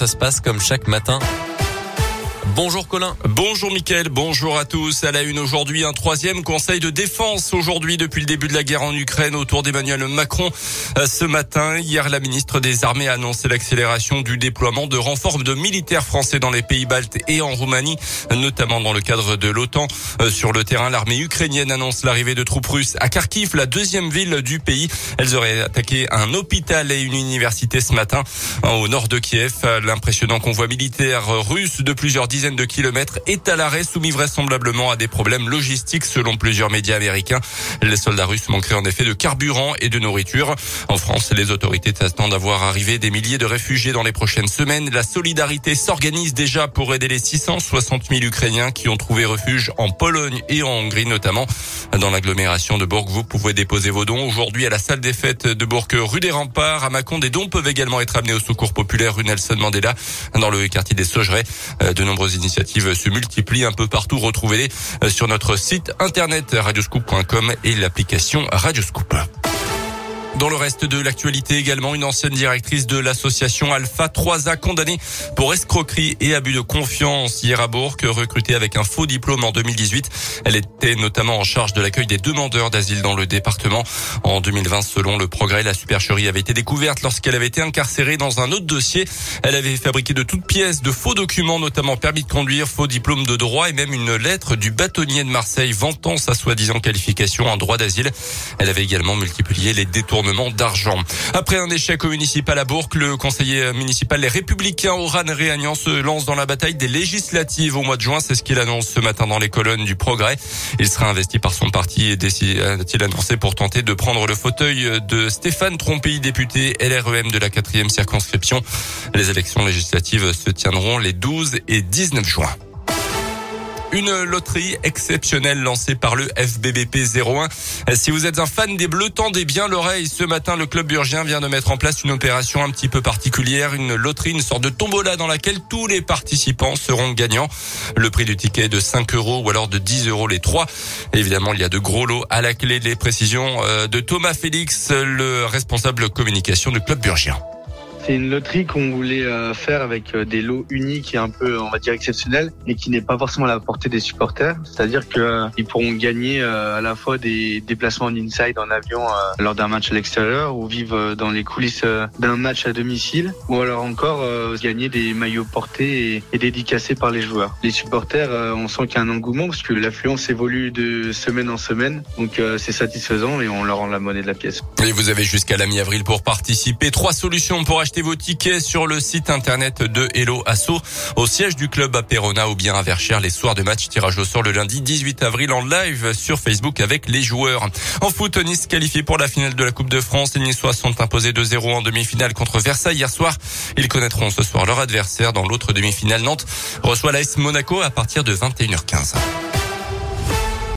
ça se passe comme chaque matin. Bonjour Colin. Bonjour Mickaël, bonjour à tous. À la une aujourd'hui, un troisième conseil de défense aujourd'hui depuis le début de la guerre en Ukraine autour d'Emmanuel Macron. Ce matin, hier, la ministre des Armées a annoncé l'accélération du déploiement de renforts de militaires français dans les pays baltes et en Roumanie, notamment dans le cadre de l'OTAN. Sur le terrain, l'armée ukrainienne annonce l'arrivée de troupes russes à Kharkiv, la deuxième ville du pays. Elles auraient attaqué un hôpital et une université ce matin au nord de Kiev. L'impressionnant convoi militaire russe de plusieurs dizaines de kilomètres est à l'arrêt, soumis vraisemblablement à des problèmes logistiques selon plusieurs médias américains. Les soldats russes manqueraient en effet de carburant et de nourriture. En France, les autorités s'attendent à voir arriver des milliers de réfugiés dans les prochaines semaines. La solidarité s'organise déjà pour aider les 660 000 Ukrainiens qui ont trouvé refuge en Pologne et en Hongrie notamment. Dans l'agglomération de Bourg, vous pouvez déposer vos dons aujourd'hui à la salle des fêtes de Bourg, rue des Remparts. À Mâcon, des dons peuvent également être amenés au Secours populaire rue Nelson Mandela dans le quartier des Saugerets. De nombreuses initiatives se multiplient un peu partout. Retrouvez-les sur notre site internet radioscoop.com et l'application Radioscoop. Dans le reste de l'actualité également, une ancienne directrice de l'association Alpha 3A condamnée pour escroquerie et abus de confiance hier à Bourg, recrutée avec un faux diplôme en 2018. Elle était notamment en charge de l'accueil des demandeurs d'asile dans le département. En 2020, selon Le Progrès, la supercherie avait été découverte lorsqu'elle avait été incarcérée dans un autre dossier. Elle avait fabriqué de toutes pièces de faux documents, notamment permis de conduire, faux diplôme de droit et même une lettre du bâtonnier de Marseille vantant sa soi-disant qualification en droit d'asile. Elle avait également multiplié les détournements d'argent. Après un échec au municipal à Bourg, le conseiller municipal Les Républicains Oran Réagnan se lance dans la bataille des législatives au mois de juin. C'est ce qu'il annonce ce matin dans les colonnes du Progrès. Il sera investi par son parti et a-t-il annoncé pour tenter de prendre le fauteuil de Stéphane Trompey, député LREM de la 4e circonscription. Les élections législatives se tiendront les 12 et 19 juin. Une loterie exceptionnelle lancée par le FBBP 01. Si vous êtes un fan des Bleus, tendez bien l'oreille. Ce matin, le club burgien vient de mettre en place une opération un petit peu particulière. Une loterie, une sorte de tombola dans laquelle tous les participants seront gagnants. Le prix du ticket est de 5 € ou alors de 10 € les trois. Évidemment, il y a de gros lots à la clé. Les précisions de Thomas Félix, le responsable communication du club burgien. C'est une loterie qu'on voulait faire avec des lots uniques et un peu, on va dire, exceptionnels, mais qui n'est pas forcément à la portée des supporters. C'est-à-dire qu'ils pourront gagner à la fois des déplacements en inside en avion lors d'un match à l'extérieur, ou vivre dans les coulisses d'un match à domicile, ou alors encore gagner des maillots portés et dédicacés par les joueurs. Les supporters, on sent qu'il y a un engouement parce que l'affluence évolue de semaine en semaine, donc c'est satisfaisant et on leur rend la monnaie de la pièce. Et vous avez jusqu'à la mi-avril pour participer. 3 solutions pour acheter vos tickets sur le site internet de Hello Asso, au siège du club à Perona ou bien à Verchères les soirs de match. Tirage au sort le lundi 18 avril en live sur Facebook avec les joueurs. En foot, Nice qualifié pour la finale de la Coupe de France. Les Niçois sont imposés 2-0 en demi-finale contre Versailles hier soir. Ils connaîtront ce soir leur adversaire dans l'autre demi-finale. Nantes reçoit l'AS Monaco à partir de 21h15.